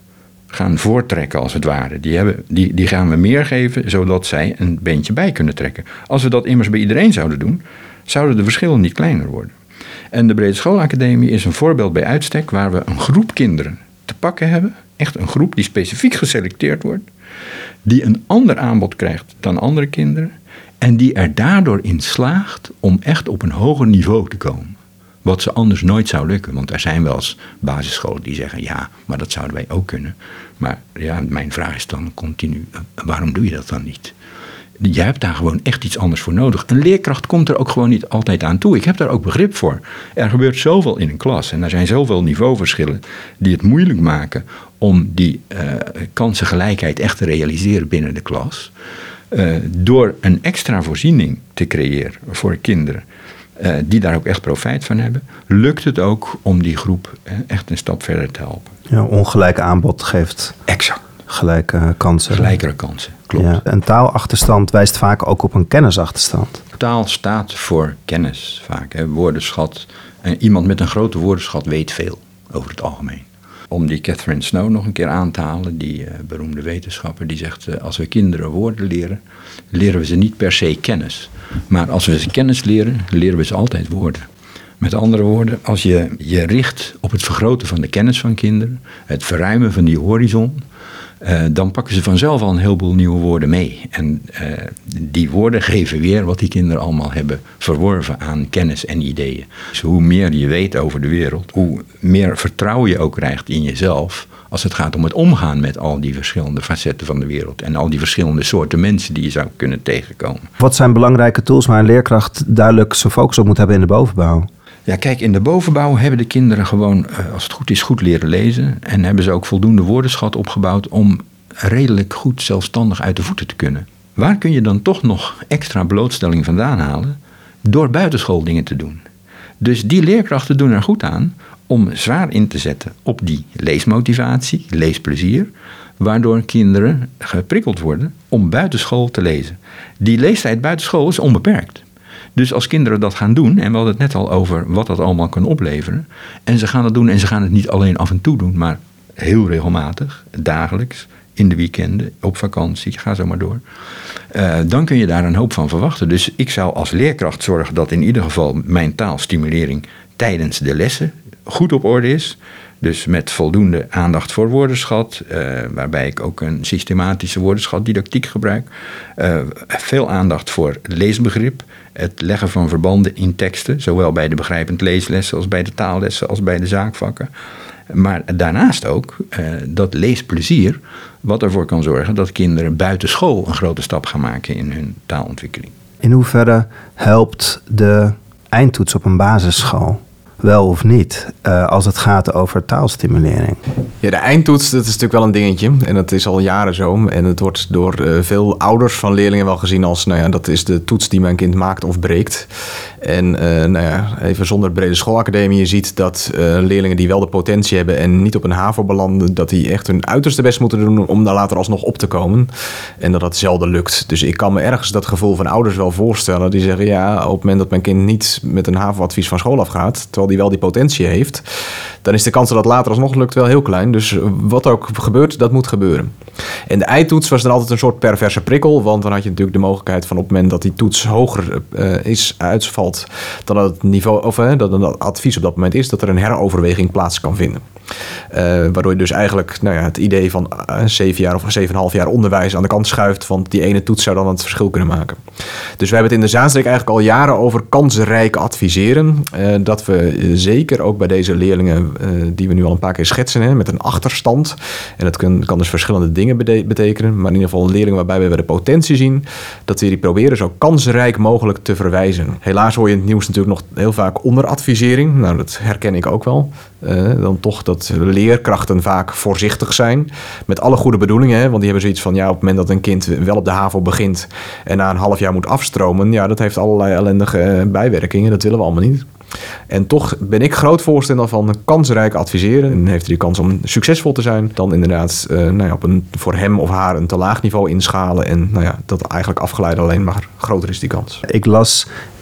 gaan voortrekken als het ware. Die, hebben, die, die gaan we meer geven, zodat zij een beentje bij kunnen trekken. Als we dat immers bij iedereen zouden doen, zouden de verschillen niet kleiner worden. En de Brede Schoolacademie is een voorbeeld bij uitstek waar we een groep kinderen te pakken hebben. Echt een groep die specifiek geselecteerd wordt. Die een ander aanbod krijgt dan andere kinderen. En die er daardoor in slaagt om echt op een hoger niveau te komen. Wat ze anders nooit zou lukken. Want er zijn wel eens basisscholen die zeggen, ja, maar dat zouden wij ook kunnen. Maar ja, mijn vraag is dan continu, waarom doe je dat dan niet? Je hebt daar gewoon echt iets anders voor nodig. Een leerkracht komt er ook gewoon niet altijd aan toe. Ik heb daar ook begrip voor. Er gebeurt zoveel in een klas en er zijn zoveel niveauverschillen die het moeilijk maken om die uh, kansengelijkheid echt te realiseren binnen de klas. Uh, door een extra voorziening te creëren voor kinderen uh, die daar ook echt profijt van hebben, lukt het ook om die groep uh, echt een stap verder te helpen. Ja, ongelijk aanbod geeft exact. Gelijke kansen. Gelijkere kansen, klopt. Ja, een taalachterstand wijst vaak ook op een kennisachterstand. Taal staat voor kennis vaak, hè, woordenschat. En iemand met een grote woordenschat weet veel over het algemeen. Om die Catherine Snow nog een keer aan te halen, die uh, beroemde wetenschapper, die zegt, uh, als we kinderen woorden leren, leren we ze niet per se kennis. Maar als we ze kennis leren, leren we ze altijd woorden. Met andere woorden, als je je richt op het vergroten van de kennis van kinderen, het verruimen van die horizon, Uh, dan pakken ze vanzelf al een heleboel nieuwe woorden mee. En uh, die woorden geven weer wat die kinderen allemaal hebben verworven aan kennis en ideeën. Dus hoe meer je weet over de wereld, hoe meer vertrouwen je ook krijgt in jezelf als het gaat om het omgaan met al die verschillende facetten van de wereld en al die verschillende soorten mensen die je zou kunnen tegenkomen. Wat zijn belangrijke tools waar een leerkracht duidelijk zijn focus op moet hebben in de bovenbouw? Ja, kijk, in de bovenbouw hebben de kinderen gewoon, als het goed is, goed leren lezen. En hebben ze ook voldoende woordenschat opgebouwd om redelijk goed zelfstandig uit de voeten te kunnen. Waar kun je dan toch nog extra blootstelling vandaan halen? Door buitenschool dingen te doen. Dus die leerkrachten doen er goed aan om zwaar in te zetten op die leesmotivatie, leesplezier, waardoor kinderen geprikkeld worden om buitenschool te lezen. Die leestijd buitenschool is onbeperkt. Dus als kinderen dat gaan doen, en we hadden het net al over wat dat allemaal kan opleveren, en ze gaan dat doen en ze gaan het niet alleen af en toe doen, maar heel regelmatig, dagelijks, in de weekenden, op vakantie, ga zo maar door. Uh, dan kun je daar een hoop van verwachten. Dus ik zou als leerkracht zorgen dat in ieder geval mijn taalstimulering tijdens de lessen goed op orde is. Dus met voldoende aandacht voor woordenschat, uh, waarbij ik ook een systematische woordenschatdidactiek gebruik. Uh, veel aandacht voor leesbegrip, het leggen van verbanden in teksten, zowel bij de begrijpend leeslessen als bij de taallessen als bij de zaakvakken. Maar daarnaast ook uh, dat leesplezier, wat ervoor kan zorgen dat kinderen buitenschool een grote stap gaan maken in hun taalontwikkeling. In hoeverre helpt de eindtoets op een basisschool? Wel of niet, uh, als het gaat over taalstimulering? Ja, de eindtoets, dat is natuurlijk wel een dingetje. En dat is al jaren zo. En het wordt door uh, veel ouders van leerlingen wel gezien als, nou ja, dat is de toets die mijn kind maakt of breekt. En uh, nou ja, even zonder Brede Schoolacademie, je ziet dat uh, leerlingen die wel de potentie hebben en niet op een HAVO belanden, dat die echt hun uiterste best moeten doen om daar later alsnog op te komen. En dat dat zelden lukt. Dus ik kan me ergens dat gevoel van ouders wel voorstellen. Die zeggen, ja, op het moment dat mijn kind niet met een HAVO-advies van school afgaat, terwijl die wel die potentie heeft, dan is de kans dat het later alsnog lukt wel heel klein. Dus wat ook gebeurt, dat moet gebeuren. En de eindtoets was dan altijd een soort perverse prikkel, want dan had je natuurlijk de mogelijkheid van op het moment dat die toets hoger uh, is, uitvalt dan dat het niveau, of uh, dat het advies op dat moment is, dat er een heroverweging plaats kan vinden. Uh, waardoor je dus eigenlijk nou ja, het idee van uh, zeven jaar of zeven en een half jaar onderwijs aan de kant schuift, want die ene toets zou dan het verschil kunnen maken. Dus we hebben het in de Zaanstreek eigenlijk al jaren over kansrijk adviseren. Uh, dat we uh, zeker ook bij deze leerlingen, uh, die we nu al een paar keer schetsen, hè, met een achterstand. En dat kan, kan dus verschillende dingen bede- betekenen. Maar in ieder geval leerlingen waarbij we de potentie zien, dat we die proberen zo kansrijk mogelijk te verwijzen. Helaas hoor je in het nieuws natuurlijk nog heel vaak onderadvisering. Nou, dat herken ik ook wel. Uh, dan toch dat leerkrachten vaak voorzichtig zijn. Met alle goede bedoelingen. Hè? Want die hebben zoiets van, ja, op het moment dat een kind wel op de HAVO begint en na een half jaar moet afstromen, ja, dat heeft allerlei ellendige bijwerkingen. Dat willen we allemaal niet. En toch ben ik groot voorstander van kansrijk adviseren. En heeft hij de kans om succesvol te zijn, dan inderdaad uh, nou ja, op een voor hem of haar een te laag niveau inschalen. En nou ja, dat eigenlijk afgeleid alleen maar groter is die kans. Ik las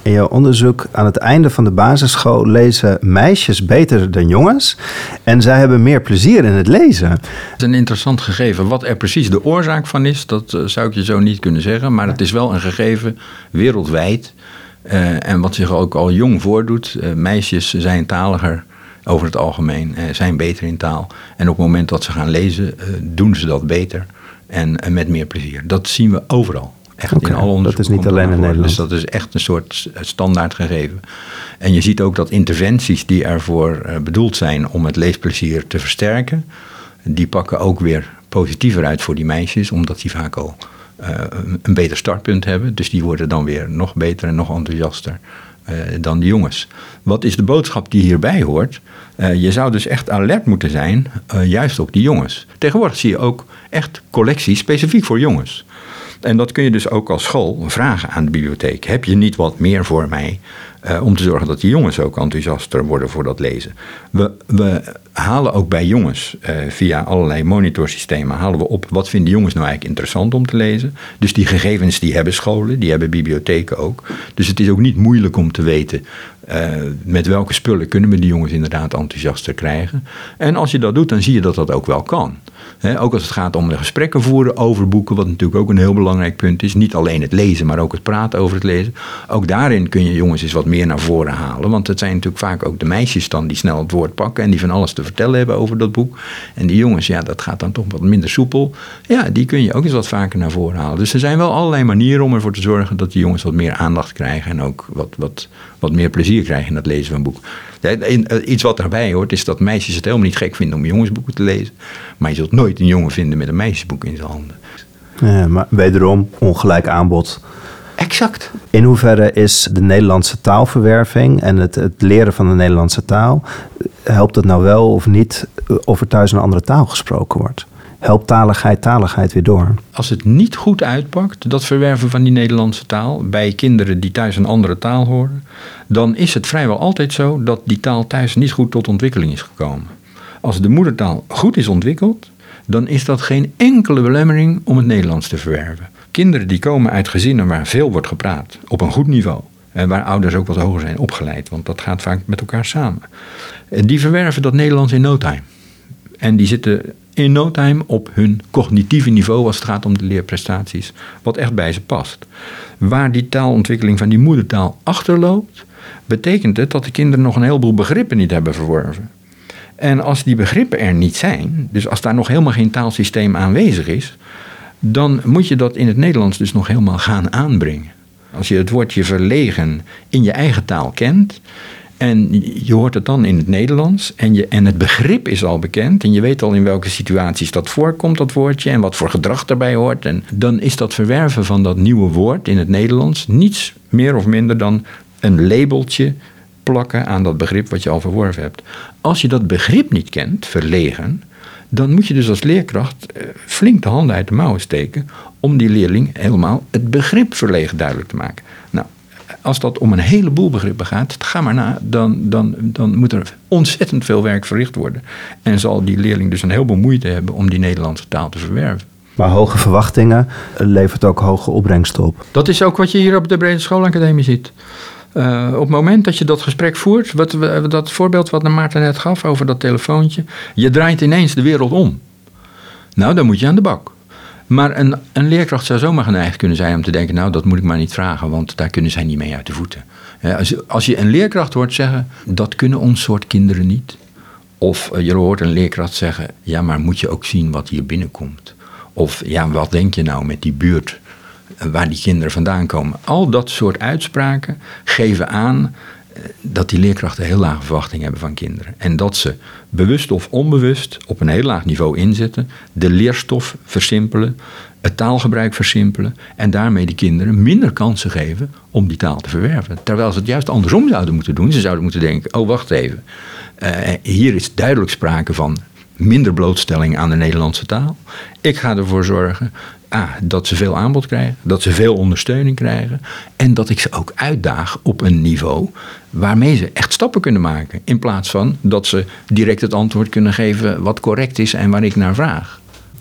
in jouw onderzoek aan het einde van de basisschool lezen meisjes beter dan jongens. En zij hebben meer plezier in het lezen. Het is een interessant gegeven. Wat er precies de oorzaak van is, dat uh, zou ik je zo niet kunnen zeggen. Maar het is wel een gegeven wereldwijd. Uh, en wat zich ook al jong voordoet. Uh, meisjes zijn taliger over het algemeen, uh, zijn beter in taal. En op het moment dat ze gaan lezen, uh, doen ze dat beter. En uh, met meer plezier. Dat zien we overal. Echt okay, in alle onderzoeken. Dat is niet alleen in Nederland. Dus dat is echt een soort standaard gegeven. En je ziet ook dat interventies die ervoor uh, bedoeld zijn om het leesplezier te versterken, die pakken ook weer positiever uit voor die meisjes, omdat die vaak al uh, een beter startpunt hebben. Dus die worden dan weer nog beter en nog enthousiaster uh, dan de jongens. Wat is de boodschap die hierbij hoort? Uh, je zou dus echt alert moeten zijn, uh, juist op die jongens. Tegenwoordig zie je ook echt collecties specifiek voor jongens. En dat kun je dus ook als school vragen aan de bibliotheek. Heb je niet wat meer voor mij uh, om te zorgen dat die jongens ook enthousiaster worden voor dat lezen? We, we halen ook bij jongens uh, via allerlei monitorsystemen halen we op wat vinden jongens nou eigenlijk interessant om te lezen. Dus die gegevens die hebben scholen, die hebben bibliotheken ook. Dus het is ook niet moeilijk om te weten uh, met welke spullen kunnen we die jongens inderdaad enthousiaster krijgen. En als je dat doet, dan zie je dat dat ook wel kan. He, ook als het gaat om de gesprekken voeren over boeken, wat natuurlijk ook een heel belangrijk punt is. Niet alleen het lezen, maar ook het praten over het lezen. Ook daarin kun je jongens eens wat meer naar voren halen. Want het zijn natuurlijk vaak ook de meisjes dan die snel het woord pakken en die van alles te vertellen hebben over dat boek. En die jongens, ja, dat gaat dan toch wat minder soepel. Ja, die kun je ook eens wat vaker naar voren halen. Dus er zijn wel allerlei manieren om ervoor te zorgen dat die jongens wat meer aandacht krijgen en ook wat, wat, wat meer plezier krijgen in het lezen van een boek. Iets wat daarbij hoort is dat meisjes het helemaal niet gek vinden om jongensboeken te lezen. Maar je zult nooit een jongen vinden met een meisjesboek in zijn handen. Ja, maar wederom ongelijk aanbod. Exact. In hoeverre is de Nederlandse taalverwerving en het, het leren van de Nederlandse taal, helpt het nou wel of niet of er thuis een andere taal gesproken wordt? Helpt taligheid taligheid weer door? Als het niet goed uitpakt, dat verwerven van die Nederlandse taal, bij kinderen die thuis een andere taal horen, dan is het vrijwel altijd zo dat die taal thuis niet goed tot ontwikkeling is gekomen. Als de moedertaal goed is ontwikkeld, dan is dat geen enkele belemmering om het Nederlands te verwerven. Kinderen die komen uit gezinnen waar veel wordt gepraat, op een goed niveau, en waar ouders ook wat hoger zijn opgeleid, want dat gaat vaak met elkaar samen, die verwerven dat Nederlands in no time. En die zitten in no time op hun cognitieve niveau als het gaat om de leerprestaties, wat echt bij ze past. Waar die taalontwikkeling van die moedertaal achterloopt, betekent het dat de kinderen nog een heleboel begrippen niet hebben verworven. En als die begrippen er niet zijn, dus als daar nog helemaal geen taalsysteem aanwezig is, dan moet je dat in het Nederlands dus nog helemaal gaan aanbrengen. Als je het woordje verlegen in je eigen taal kent en je hoort het dan in het Nederlands en, je, en het begrip is al bekend en je weet al in welke situaties dat voorkomt, dat woordje, en wat voor gedrag daarbij hoort, en dan is dat verwerven van dat nieuwe woord in het Nederlands niets meer of minder dan een labeltje plakken aan dat begrip wat je al verworven hebt. Als je dat begrip niet kent, verlegen, dan moet je dus als leerkracht flink de handen uit de mouwen steken om die leerling helemaal het begrip verlegen duidelijk te maken. Nou, als dat om een heleboel begrippen gaat, ga maar na, dan, dan, dan moet er ontzettend veel werk verricht worden. En zal die leerling dus een heleboel moeite hebben om die Nederlandse taal te verwerven. Maar hoge verwachtingen levert ook hoge opbrengsten op. Dat is ook wat je hier op de Brede Schoolacademie ziet. Uh, op het moment dat je dat gesprek voert, wat, dat voorbeeld wat Maarten net gaf over dat telefoontje, je draait ineens de wereld om. Nou, dan moet je aan de bak. Maar een, een leerkracht zou zomaar geneigd kunnen zijn om te denken, nou, dat moet ik maar niet vragen, want daar kunnen zij niet mee uit de voeten. Ja, als, als je een leerkracht hoort zeggen, dat kunnen ons soort kinderen niet. Of uh, je hoort een leerkracht zeggen, ja, maar moet je ook zien wat hier binnenkomt. Of ja, wat denk je nou met die buurt waar die kinderen vandaan komen. Al dat soort uitspraken geven aan dat die leerkrachten heel lage verwachtingen hebben van kinderen. En dat ze bewust of onbewust op een heel laag niveau inzetten, de leerstof versimpelen, het taalgebruik versimpelen en daarmee de kinderen minder kansen geven om die taal te verwerven. Terwijl ze het juist andersom zouden moeten doen. Ze zouden moeten denken, oh wacht even, uh, hier is duidelijk sprake van minder blootstelling aan de Nederlandse taal. Ik ga ervoor zorgen ah, dat ze veel aanbod krijgen, dat ze veel ondersteuning krijgen en dat ik ze ook uitdaag op een niveau waarmee ze echt stappen kunnen maken. In plaats van dat ze direct het antwoord kunnen geven wat correct is en waar ik naar vraag.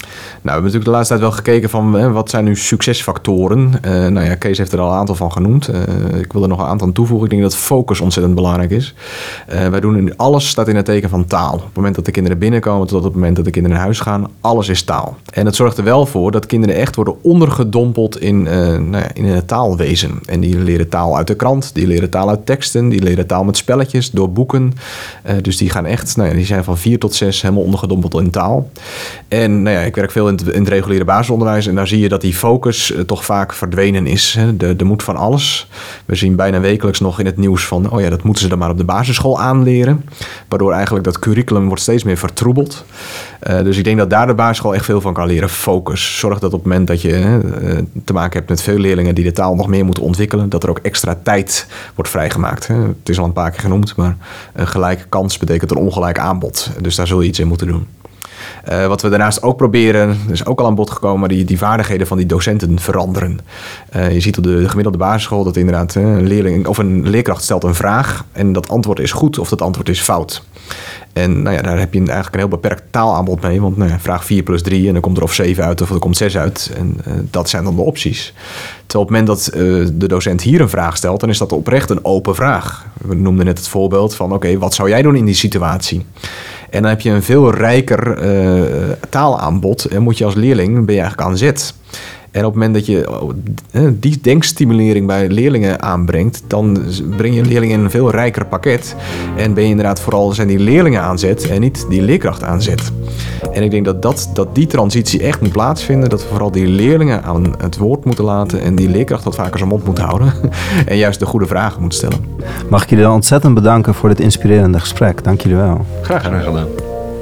Nou, we hebben natuurlijk de laatste tijd wel gekeken van hè, wat zijn nu succesfactoren. Uh, nou ja, Kees heeft er al een aantal van genoemd. Uh, ik wil er nog een aantal aan toevoegen. Ik denk dat focus ontzettend belangrijk is. Uh, wij doen nu, alles staat in het teken van taal. Op het moment dat de kinderen binnenkomen tot op het moment dat de kinderen naar huis gaan, alles is taal. En het zorgt er wel voor dat kinderen echt worden ondergedompeld in, uh, nou ja, in het taalwezen. En die leren taal uit de krant, die leren taal uit teksten, die leren taal met spelletjes, door boeken. Uh, dus die gaan echt, nou ja, die zijn van vier tot zes helemaal ondergedompeld in taal. En nou ja, ik werk veel in het, in het reguliere basisonderwijs en daar zie je dat die focus uh, toch vaak verdwenen is. Hè? De, de moed van alles. We zien bijna wekelijks nog in het nieuws van, oh ja, dat moeten ze dan maar op de basisschool aanleren. Waardoor eigenlijk dat curriculum wordt steeds meer vertroebeld. Uh, dus ik denk dat daar de basisschool echt veel van kan leren. Focus. Zorg dat op het moment dat je uh, te maken hebt met veel leerlingen die de taal nog meer moeten ontwikkelen, dat er ook extra tijd wordt vrijgemaakt. Hè? Het is al een paar keer genoemd, maar een gelijke kans betekent een ongelijk aanbod. Dus daar zul je iets in moeten doen. Uh, wat we daarnaast ook proberen, is ook al aan bod gekomen, die, die vaardigheden van die docenten veranderen. Uh, je ziet op de, de gemiddelde basisschool dat inderdaad uh, een leerling of een leerkracht stelt een vraag en dat antwoord is goed of dat antwoord is fout. En nou ja, daar heb je eigenlijk een heel beperkt taalaanbod mee. Want nou ja, vraag vier plus drie en dan komt er of zeven uit of er komt zes uit. En uh, dat zijn dan de opties. Terwijl op het moment dat uh, de docent hier een vraag stelt, dan is dat oprecht een open vraag. We noemden net het voorbeeld van, oké, okay, wat zou jij doen in die situatie? En dan heb je een veel rijker uh, taalaanbod en moet je als leerling, ben je eigenlijk aan zet. En op het moment dat je uh, die denkstimulering bij leerlingen aanbrengt, dan breng je leerlingen in een veel rijker pakket. En ben je inderdaad vooral zijn die leerlingen aan zet en niet die leerkracht aan zet. En ik denk dat, dat, dat die transitie echt moet plaatsvinden. Dat we vooral die leerlingen aan het woord moeten laten en die leerkracht wat vaker zijn mond moet houden. En juist de goede vragen moet stellen. Mag ik jullie dan ontzettend bedanken voor dit inspirerende gesprek. Dank jullie wel. Graag gedaan. Graag gedaan.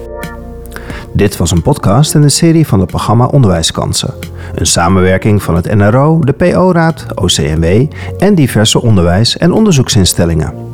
Dit was een podcast in de serie van het programma Onderwijskansen. Een samenwerking van het N R O, de P O-raad, O C M W en diverse onderwijs- en onderzoeksinstellingen.